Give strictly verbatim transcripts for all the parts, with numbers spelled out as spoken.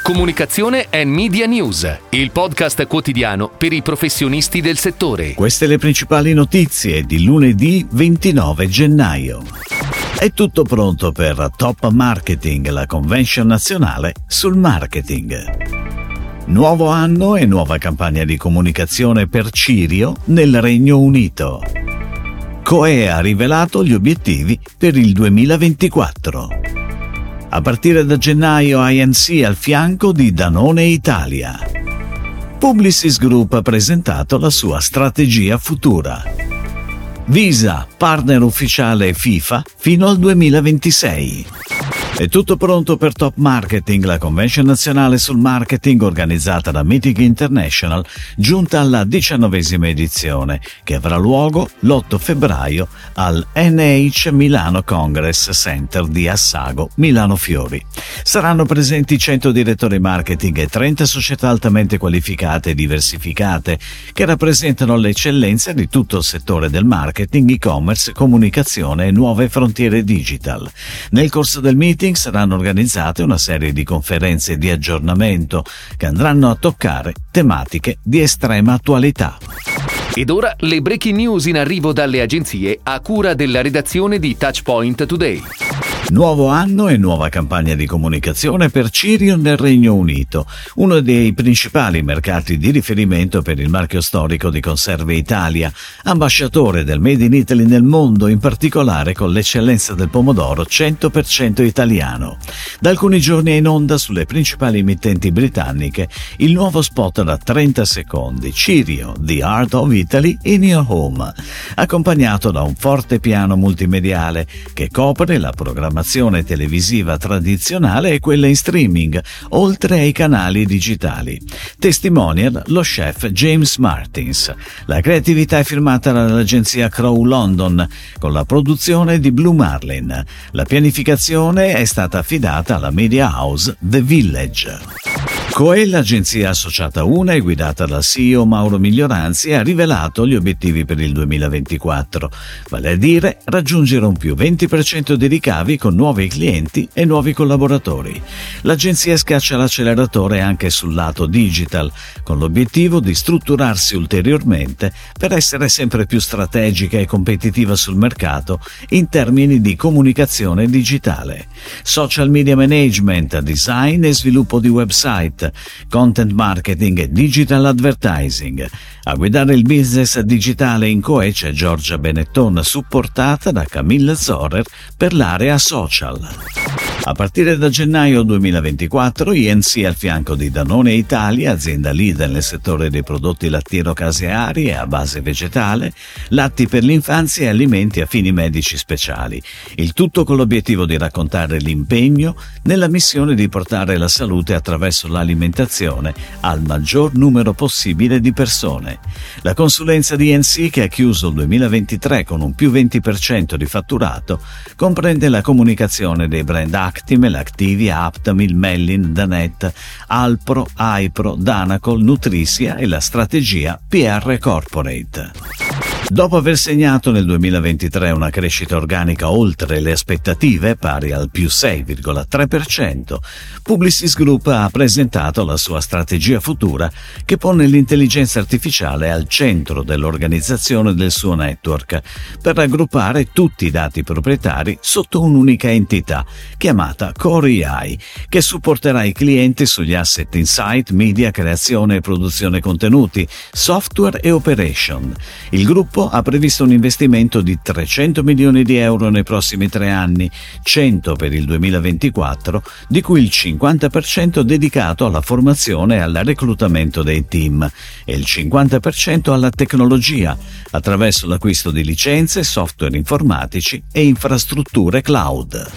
Comunicazione and Media News, il podcast quotidiano per i professionisti del settore. Queste le principali notizie di lunedì ventinove gennaio. È tutto pronto per Top Marketing, la convention nazionale sul marketing. Nuovo anno e nuova campagna di comunicazione per Cirio nel Regno Unito. C O E ha rivelato gli obiettivi per il duemilaventiquattro. A partire da gennaio I N C al fianco di Danone Italia. Publicis Group ha presentato la sua strategia futura. Visa, partner ufficiale FIFA fino al duemilaventisei. È tutto pronto per Top Marketing, la convention nazionale sul marketing organizzata da Meeting International, giunta alla diciannovesima edizione, che avrà luogo l'otto febbraio al N H Milano Congress Center di Assago, Milano Fiori. Saranno presenti cento direttori marketing e trenta società altamente qualificate e diversificate, che rappresentano le eccellenze di tutto il settore del marketing, e-commerce, comunicazione e nuove frontiere digital. Nel corso del meeting saranno organizzate una serie di conferenze di aggiornamento che andranno a toccare tematiche di estrema attualità. Ed ora le breaking news in arrivo dalle agenzie a cura della redazione di Touchpoint Today. Nuovo anno e nuova campagna di comunicazione per Cirio nel Regno Unito, uno dei principali mercati di riferimento per il marchio storico di Conserve Italia, ambasciatore del Made in Italy nel mondo, in particolare con l'eccellenza del pomodoro cento per cento italiano. Da alcuni giorni è in onda sulle principali emittenti britanniche il nuovo spot da trenta secondi, Cirio, The Art of Italy in Your Home, accompagnato da un forte piano multimediale che copre la programmazione televisiva tradizionale e quella in streaming, oltre ai canali digitali. Testimonial lo chef James Martins. La creatività è firmata dall'agenzia Crow London, con la produzione di Blue Marlin. La pianificazione è stata affidata alla media house The Village. C O E, l'agenzia associata Una e guidata dal C E O Mauro Miglioranzi, ha rivelato gli obiettivi per il duemilaventiquattro, vale a dire raggiungere un più venti per cento di ricavi con nuovi clienti e nuovi collaboratori. L'agenzia schiaccia l'acceleratore anche sul lato digital, con l'obiettivo di strutturarsi ulteriormente per essere sempre più strategica e competitiva sul mercato in termini di comunicazione digitale. Social media management, design e sviluppo di website, content marketing e digital advertising. A guidare il business digitale in C O E c'è Giorgia Benetton, supportata da Camille Zorer per l'area social. A partire da gennaio duemilaventiquattro I N C al fianco di Danone Italia, azienda leader nel settore dei prodotti lattiero-caseari e a base vegetale, latti per l'infanzia e alimenti a fini medici speciali. Il tutto con l'obiettivo di raccontare l'impegno nella missione di portare la salute attraverso l'alimentazione al maggior numero possibile di persone. La consulenza di I N C, che ha chiuso il duemilaventitré con un più venti per cento di fatturato, comprende la comunicazione dei brand Actimel, Activia, Aptamil, Mellin, Danet, Alpro, Aipro, Danacol, Nutricia e la strategia P R Corporate. Dopo aver segnato nel duemilaventitré una crescita organica oltre le aspettative, pari al più sei virgola tre per cento, Publicis Group ha presentato la sua strategia futura, che pone l'intelligenza artificiale al centro dell'organizzazione del suo network, per raggruppare tutti i dati proprietari sotto un'unica entità, chiamata Core A I, che supporterà i clienti sugli asset insight, media, creazione e produzione contenuti, software e operation. Il gruppo ha previsto un investimento di trecento milioni di euro nei prossimi tre anni, cento per il duemilaventiquattro, di cui il cinquanta per cento dedicato alla formazione e al reclutamento dei team e il cinquanta per cento alla tecnologia, attraverso l'acquisto di licenze, software informatici e infrastrutture cloud.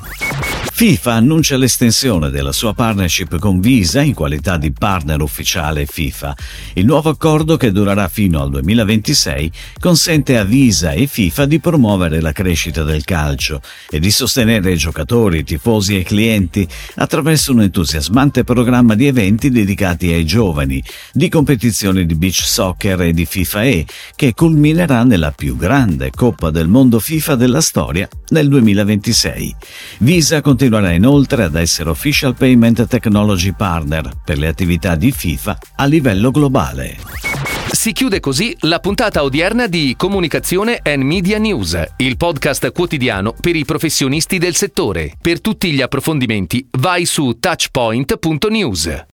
FIFA annuncia l'estensione della sua partnership con Visa in qualità di partner ufficiale FIFA. Il nuovo accordo, che durerà fino al duemilaventisei, consente a Visa e FIFA di promuovere la crescita del calcio e di sostenere i giocatori, i tifosi e i clienti attraverso un entusiasmante programma di eventi dedicati ai giovani, di competizioni di beach soccer e di FIFA E, che culminerà nella più grande Coppa del Mondo FIFA della storia nel duemilaventisei. Visa continua continuerà inoltre ad essere Official Payment Technology Partner per le attività di FIFA a livello globale. Si chiude così la puntata odierna di Comunicazione and Media News, il podcast quotidiano per i professionisti del settore. Per tutti gli approfondimenti vai su touchpoint punto news.